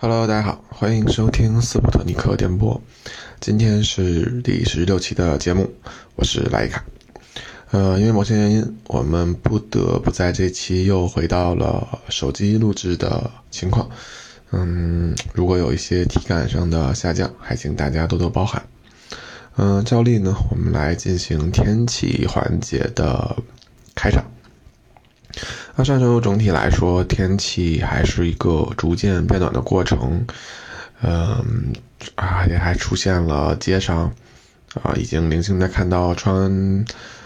Hello，大家好，欢迎收听斯普特尼克电波。今天是第16期的节目，我是莱卡。因为某些原因，我们不得不在这期又回到了手机录制的情况。如果有一些体感上的下降，还请大家多多包涵。照例呢，我们来进行天气环节的开场。上周整体来说，天气还是一个逐渐变暖的过程。也还出现了街上已经零星的看到穿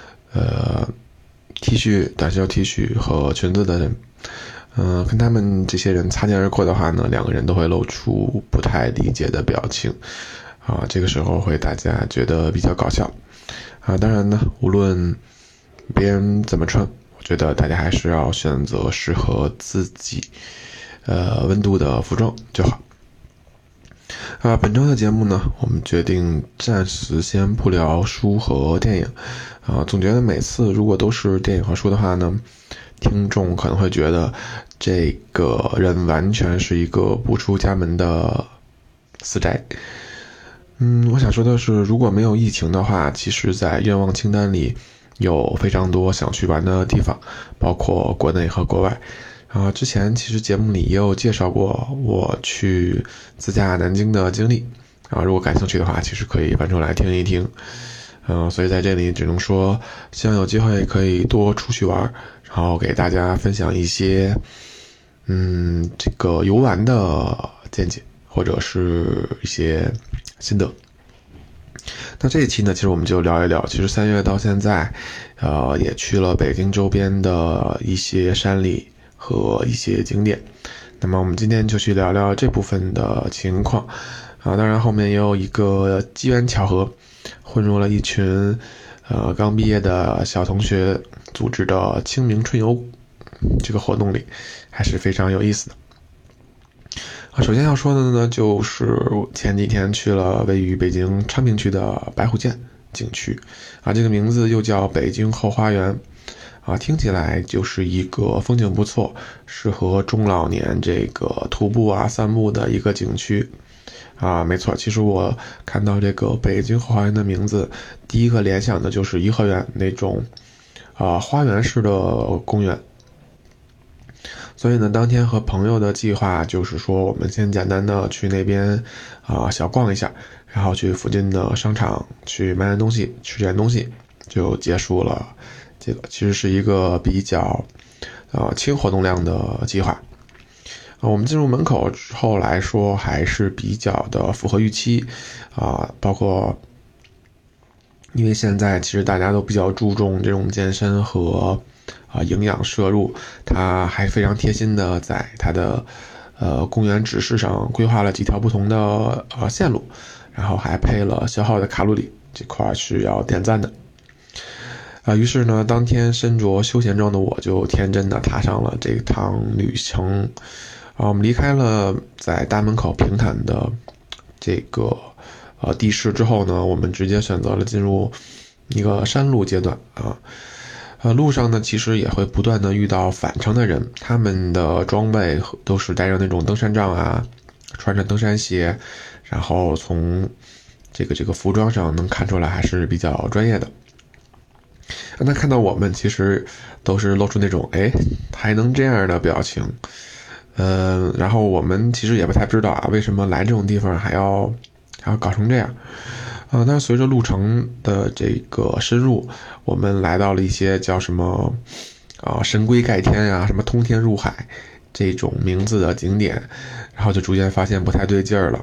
T 恤、短袖 T 恤和裙子的人。跟他们这些人擦肩而过的话呢，两个人都会露出不太理解的表情。这个时候会大家觉得比较搞笑。当然呢，无论别人怎么穿，我觉得大家还是要选择适合自己温度的服装就好。本周的节目呢，我们决定暂时先不聊书和电影。总觉得每次如果都是电影和书的话呢，听众可能会觉得这个人完全是一个不出家门的死宅。我想说的是，如果没有疫情的话，其实在愿望清单里有非常多想去玩的地方，包括国内和国外。之前其实节目里也有介绍过我去自驾南京的经历。如果感兴趣的话，其实可以翻出来听一听。所以在这里只能说，希望有机会可以多出去玩，然后给大家分享一些这个游玩的见解，或者是一些心得。那这一期呢，其实我们就聊一聊，其实3月到现在也去了北京周边的一些山里和一些景点。那么我们今天就去聊聊这部分的情况。当然后面也有一个机缘巧合，混入了一群刚毕业的小同学组织的清明春游这个活动里，还是非常有意思的。首先要说的呢，就是前几天去了位于北京昌平区的白虎涧景区。这个名字又叫北京后花园。听起来就是一个风景不错，适合中老年这个徒步散步的一个景区。没错，其实我看到这个北京后花园的名字，第一个联想的就是颐和园那种花园式的公园。所以呢，当天和朋友的计划就是说，我们先简单的去那边小逛一下，然后去附近的商场去买点东西，吃点东西，就结束了。这个其实是一个比较轻活动量的计划。我们进入门口之后来说，还是比较的符合预期。包括因为现在其实大家都比较注重这种健身和营养摄入，它还非常贴心的在它的公园指示上规划了几条不同的线路，然后还配了消耗的卡路里，这块是要点赞的。于是呢，当天身着休闲装的我就天真的踏上了这趟旅程。我们离开了在大门口平坦的这个地势之后呢，我们直接选择了进入一个山路阶段。路上呢，其实也会不断的遇到返程的人，他们的装备都是带着那种登山杖穿着登山鞋，然后从这个服装上能看出来还是比较专业的。那看到我们其实都是露出那种还能这样的表情。然后我们其实也不太知道为什么来这种地方还要搞成这样。但是随着路程的这个深入，我们来到了一些叫什么神龟盖天什么通天入海这种名字的景点，然后就逐渐发现不太对劲儿了。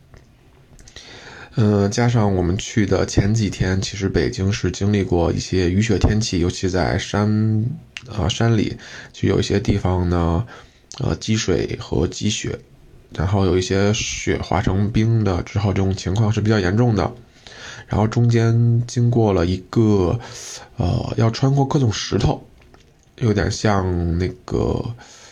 加上我们去的前几天，其实北京是经历过一些雨雪天气，尤其在山里，就有一些地方呢积水和积雪，然后有一些雪化成冰的之后，这种情况是比较严重的。然后中间经过了一个要穿过各种石头，有点像那个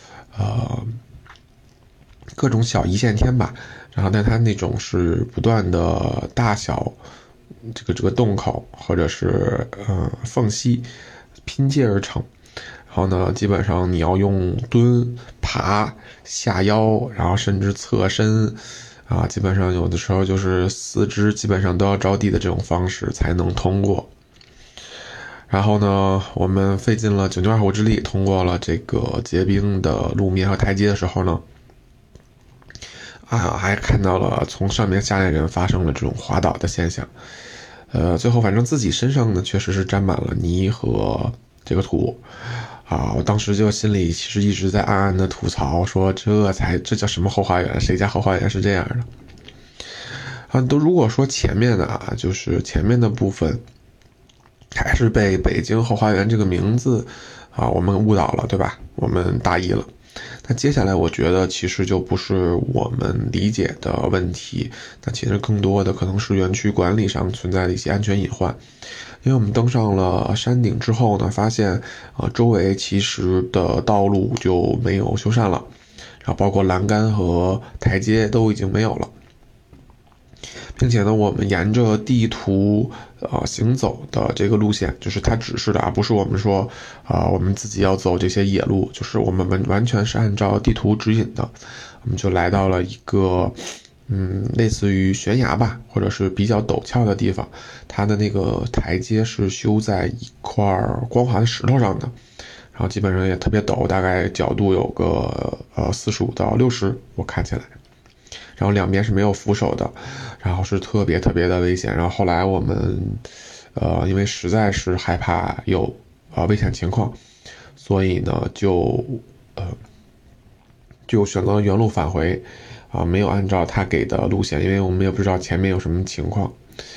各种小一线天吧。然后但它那种是不断的大小这个洞口或者是缝隙拼接而成。 然后呢，基本上你要用蹲、爬、下腰，然后甚至侧身，基本上有的时候就是四肢基本上都要着地的这种方式才能通过。然后呢，我们费尽了九牛二虎之力通过了这个结冰的路面和台阶的时候呢，还看到了从上面下来人发生了这种滑倒的现象。最后反正自己身上呢确实是沾满了泥和这个土。我当时就心里其实一直在暗暗的吐槽说，这叫什么后花园？谁家后花园是这样的？都如果说前面的就是前面的部分还是被北京后花园这个名字我们误导了，对吧？我们大意了。那接下来我觉得其实就不是我们理解的问题，那其实更多的可能是园区管理上存在的一些安全隐患。因为我们登上了山顶之后呢，发现周围其实的道路就没有修缮了，然后包括栏杆和台阶都已经没有了，并且呢，我们沿着地图行走的这个路线，就是它指示的不是我们说我们自己要走这些野路，就是我们完全是按照地图指引的。我们就来到了一个类似于悬崖吧，或者是比较陡峭的地方，它的那个台阶是修在一块光滑的石头上的，然后基本上也特别陡，大概角度有个45到60，我看起来。然后两边是没有扶手的，然后是特别特别的危险。然后后来我们因为实在是害怕有危险情况，所以呢就选择了原路返回没有按照他给的路线，因为我们也不知道前面有什么情况。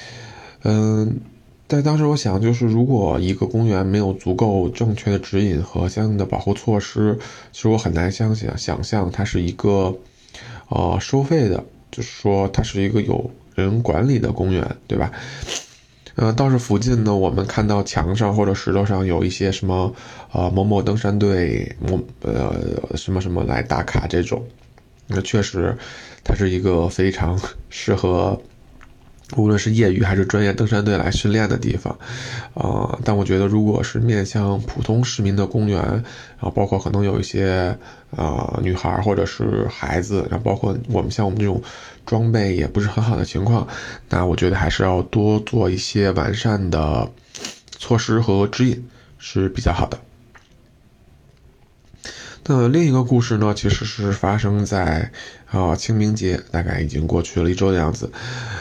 但当时我想，就是如果一个公园没有足够正确的指引和相应的保护措施，其实我很难想象它是一个收费的，就是说它是一个有人管理的公园，对吧？倒是附近呢，我们看到墙上或者石头上有一些什么某某登山队什么什么来打卡这种，那确实它是一个非常适合无论是业余还是专业登山队来训练的地方但我觉得如果是面向普通市民的公园，然后包括可能有一些女孩或者是孩子，然后包括像我们这种装备也不是很好的情况，那我觉得还是要多做一些完善的措施和指引是比较好的。那另一个故事呢，其实是发生在清明节，大概已经过去了1周的样子。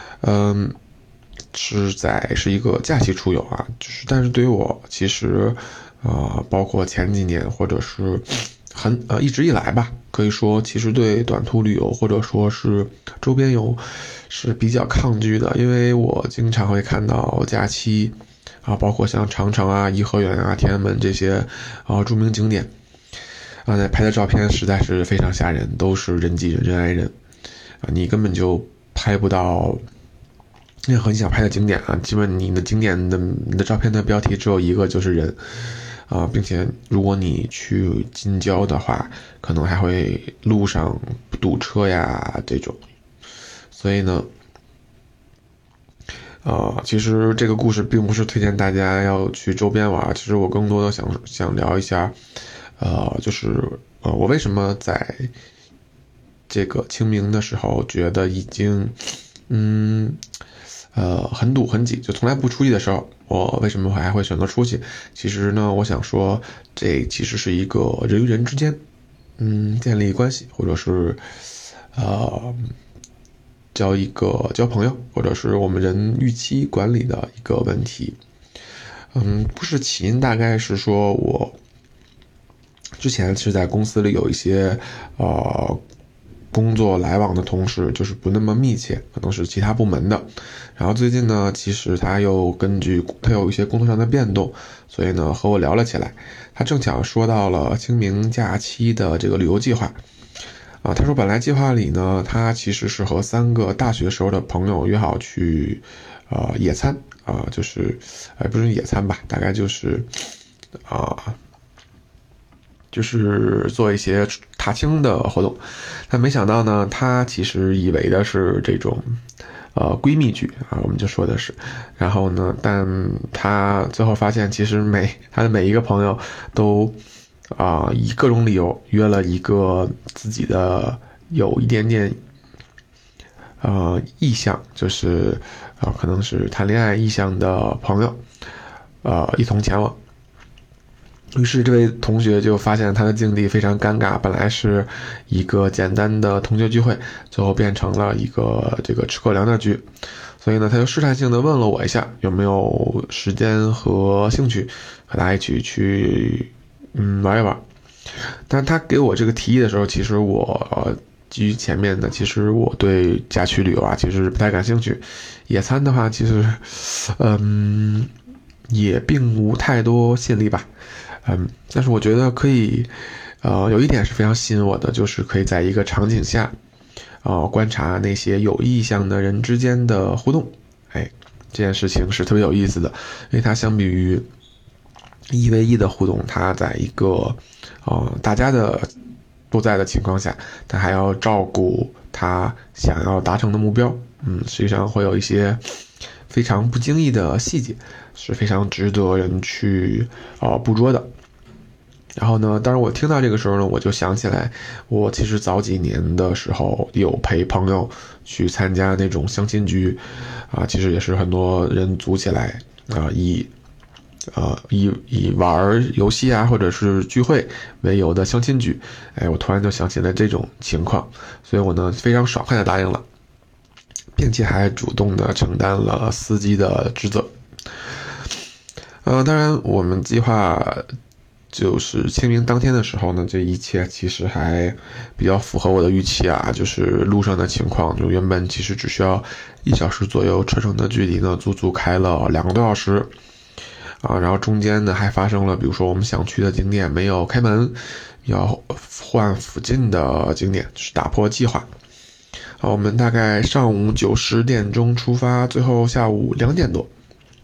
是一个假期出游但是对于我其实包括前几年或者是一直以来吧，可以说其实对短途旅游或者说是周边游是比较抗拒的，因为我经常会看到假期包括像长城颐和园天安门这些著名景点那拍的照片实在是非常吓人，都是人挤人人挨人你根本就拍不到任何你想拍的景点基本你的景点的你的照片的标题只有一个，就是人并且如果你去近郊的话，可能还会路上堵车呀这种。所以呢其实这个故事并不是推荐大家要去周边玩，其实我更多的想聊一下就是我为什么在这个清明的时候觉得已经很堵很挤，就从来不出去的时候，我为什么还会选择出去？其实呢，我想说，这其实是一个人与人之间，建立关系，或者是交朋友，或者是我们人预期管理的一个问题。故事起因大概是说，我之前是在公司里有一些工作来往的同事，就是不那么密切，可能是其他部门的。然后最近呢，其实他有一些工作上的变动，所以呢和我聊了起来。他正巧说到了清明假期的这个旅游计划他说本来计划里呢，他其实是和3个大学时候的朋友约好去野餐就是不是野餐吧，大概就是就是做一些踏青的活动，但没想到呢，他其实以为的是这种闺蜜剧我们就说的是，然后呢，但他最后发现其实他的每一个朋友都以各种理由约了一个自己的有一点点意向，就是可能是谈恋爱意向的朋友一同前往。于是这位同学就发现他的境地非常尴尬，本来是一个简单的同学聚会，最后变成了一个这个吃口粮的局。所以呢，他就试探性的问了我一下有没有时间和兴趣和他一起去玩一玩。但他给我这个提议的时候，其实我基于前面的，其实我对假期旅游其实不太感兴趣。野餐的话，其实也并无太多吸引力吧。但是我觉得可以有一点是非常吸引我的，就是可以在一个场景下观察那些有意向的人之间的互动。这件事情是特别有意思的，因为它相比于1v1的互动，它在一个大家都在的情况下，他还要照顾他想要达成的目标。实际上会有一些非常不经意的细节，是非常值得人去捕捉的。然后呢，当然我听到这个时候呢，我就想起来，我其实早几年的时候有陪朋友去参加那种相亲局，其实也是很多人组起来以玩游戏或者是聚会为由的相亲局。我突然就想起了这种情况，所以我呢非常爽快的答应了，并且还主动的承担了司机的职责。当然我们计划就是清明当天的时候呢，这一切其实还比较符合我的预期就是路上的情况，就原本其实只需要1小时左右车程的距离呢，足足开了2个多小时然后中间呢还发生了比如说我们想去的景点没有开门，要换附近的景点，就是打破计划。我们大概上午9、10点钟出发，最后下午2点多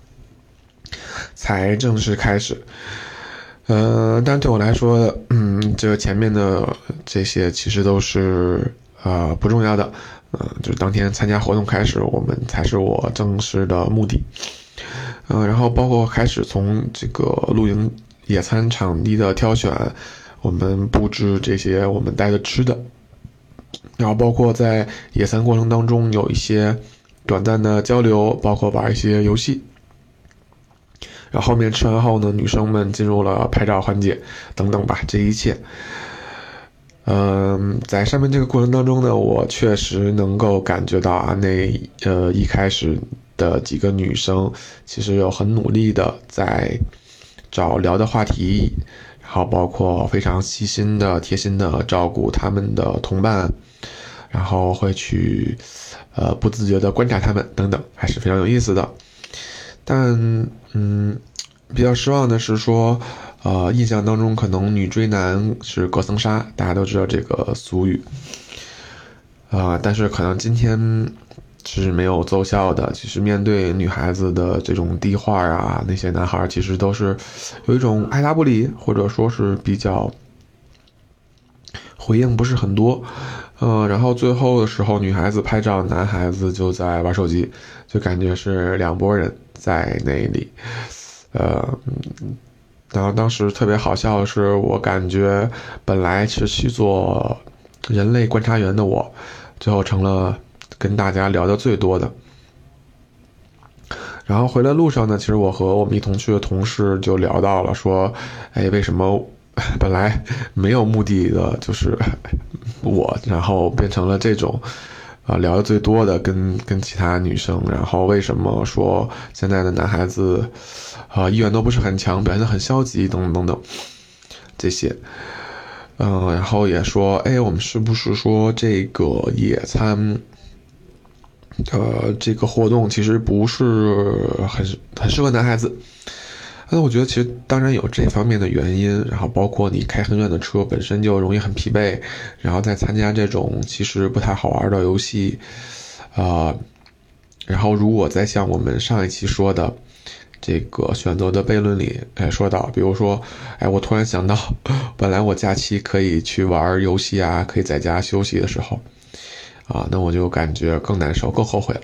才正式开始。但对我来说，这个前面的这些其实都是不重要的。就是当天参加活动开始，我们才是我正式的目的。然后包括开始从这个露营野餐场地的挑选，我们布置这些我们带的吃的，然后包括在野餐过程当中有一些短暂的交流，包括玩一些游戏。然后后面吃完后呢，女生们进入了拍照环节等等吧，这一切在上面这个过程当中呢，我确实能够感觉到一开始的几个女生其实有很努力的在找聊的话题，然后包括非常细心的贴心的照顾他们的同伴，然后会去不自觉的观察他们等等，还是非常有意思的。但比较失望的是说印象当中可能女追男是隔层纱，大家都知道这个俗语但是可能今天是没有奏效的。其实面对女孩子的这种低话那些男孩其实都是有一种爱答不理，或者说是比较回应不是很多。然后最后的时候女孩子拍照，男孩子就在玩手机，就感觉是两拨人在那里。然后当时特别好笑的是，我感觉本来是去做人类观察员的我，最后成了跟大家聊得最多的。然后回来路上呢，其实我和我们一同去的同事就聊到了说，为什么本来没有目的的就是我，然后变成了这种聊得最多的跟其他女生，然后为什么说现在的男孩子意愿都不是很强，表现得很消极等等等等这些。然后也说我们是不是说这个野餐这个活动其实不是很适合男孩子。那我觉得其实当然有这方面的原因，然后包括你开很远的车本身就容易很疲惫，然后再参加这种其实不太好玩的游戏然后如果再像我们上一期说的这个选择的悖论里说到，比如说我突然想到本来我假期可以去玩游戏可以在家休息的时候那我就感觉更难受更后悔了。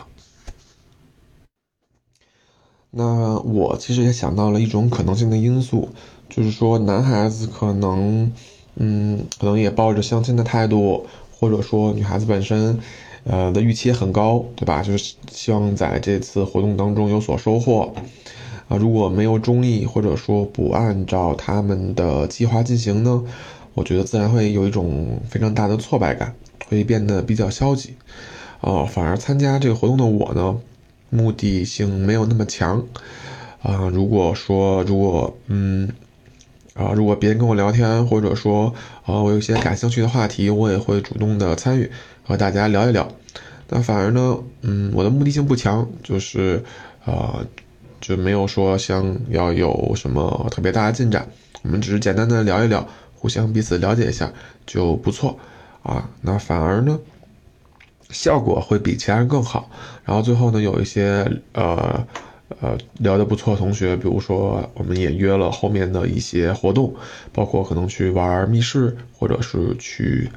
那我其实也想到了一种可能性的因素， 就是说男孩子可能也抱着相亲的态度，或者说女孩子本身的预期也很高，对吧？就是希望在这次活动当中有所收获如果没有中意，或者说不按照他们的计划进行呢，我觉得自然会有一种非常大的挫败感，会变得比较消极反而参加这个活动的我呢，目的性没有那么强如果别人跟我聊天，或者说我有一些感兴趣的话题，我也会主动的参与和大家聊一聊。但反而呢，我的目的性不强，就是就没有说想要有什么特别大的进展，我们只是简单的聊一聊，互相彼此了解一下就不错那反而呢效果会比其他人更好。然后最后呢，有一些聊得不错的同学，比如说我们也约了后面的一些活动，包括可能去玩密室，或者是去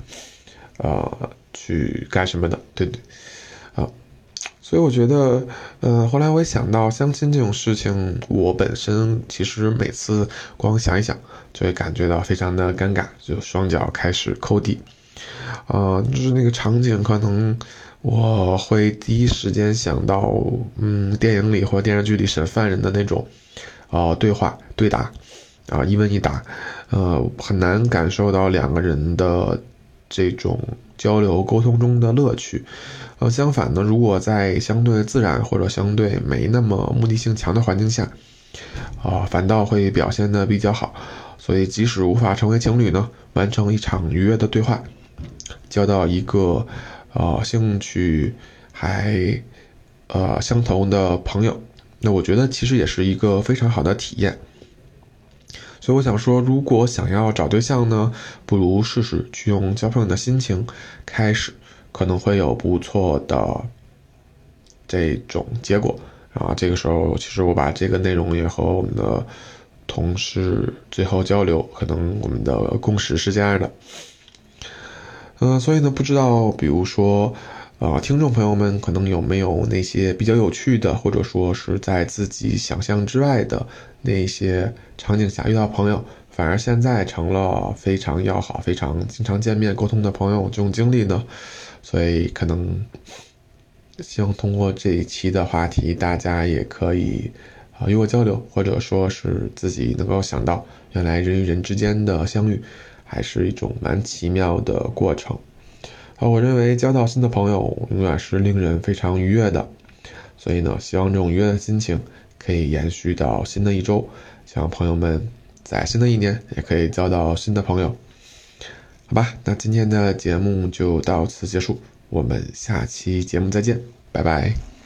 干什么的，对所以我觉得后来我也想到相亲这种事情，我本身其实每次光想一想就会感觉到非常的尴尬，就双脚开始抠地就是那个场景，可能我会第一时间想到电影里或电视剧里审犯人的那种对话对答一问一答很难感受到两个人的这种交流沟通中的乐趣相反呢，如果在相对自然或者相对没那么目的性强的环境下反倒会表现得比较好。所以即使无法成为情侣呢，完成一场愉悦的对话，交到一个兴趣还相同的朋友，那我觉得其实也是一个非常好的体验。所以我想说，如果想要找对象呢，不如试试去用交朋友的心情开始，可能会有不错的这种结果这个时候其实我把这个内容也和我们的同事最后交流，可能我们的共识是这样的所以呢，不知道比如说听众朋友们可能有没有那些比较有趣的，或者说是在自己想象之外的那些场景下遇到朋友，反而现在成了非常要好、非常经常见面沟通的朋友这种经历呢？所以可能希望通过这一期的话题，大家也可以与我交流，或者说是自己能够想到，原来人与人之间的相遇还是一种蛮奇妙的过程。我认为交到新的朋友永远是令人非常愉悦的，所以呢，希望这种愉悦的心情可以延续到新的一周，希望朋友们在新的一年也可以交到新的朋友。好吧，那今天的节目就到此结束，我们下期节目再见，拜拜。